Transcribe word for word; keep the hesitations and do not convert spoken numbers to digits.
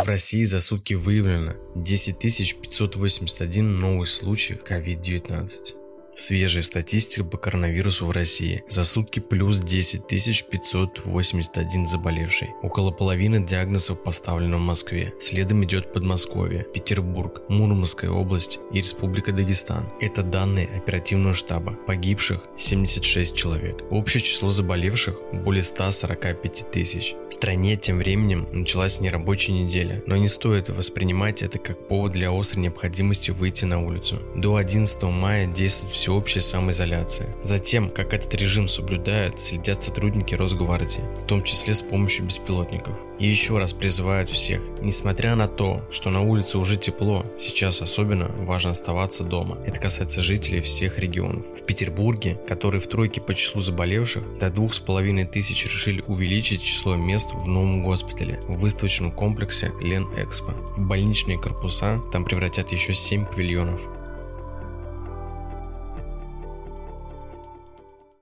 В России за сутки выявлено десять тысяч пятьсот восемьдесят один новый случай ковид девятнадцать. Свежая статистика по коронавирусу в России. За сутки плюс десять тысяч пятьсот восемьдесят один заболевший. Около половины диагнозов поставлено в Москве. Следом идет Подмосковье, Петербург, Мурманская область и Республика Дагестан. Это данные оперативного штаба. Погибших семьдесят шесть человек. Общее число заболевших более ста сорока пяти тысяч. В стране тем временем началась нерабочая неделя, но не стоит воспринимать это как повод для острой необходимости выйти на улицу. До одиннадцатого мая действует всеобщая самоизоляция. Затем, как этот режим соблюдают, следят сотрудники Росгвардии, в том числе с помощью беспилотников. И еще раз призывают всех, несмотря на то, что на улице уже тепло, сейчас особенно важно оставаться дома. Это касается жителей всех регионов. В Петербурге, который в тройке по числу заболевших, до двух с половиной тысяч решили увеличить число мест в новом госпитале, в выставочном комплексе Ленэкспо. В больничные корпуса там превратят еще семь павильонов.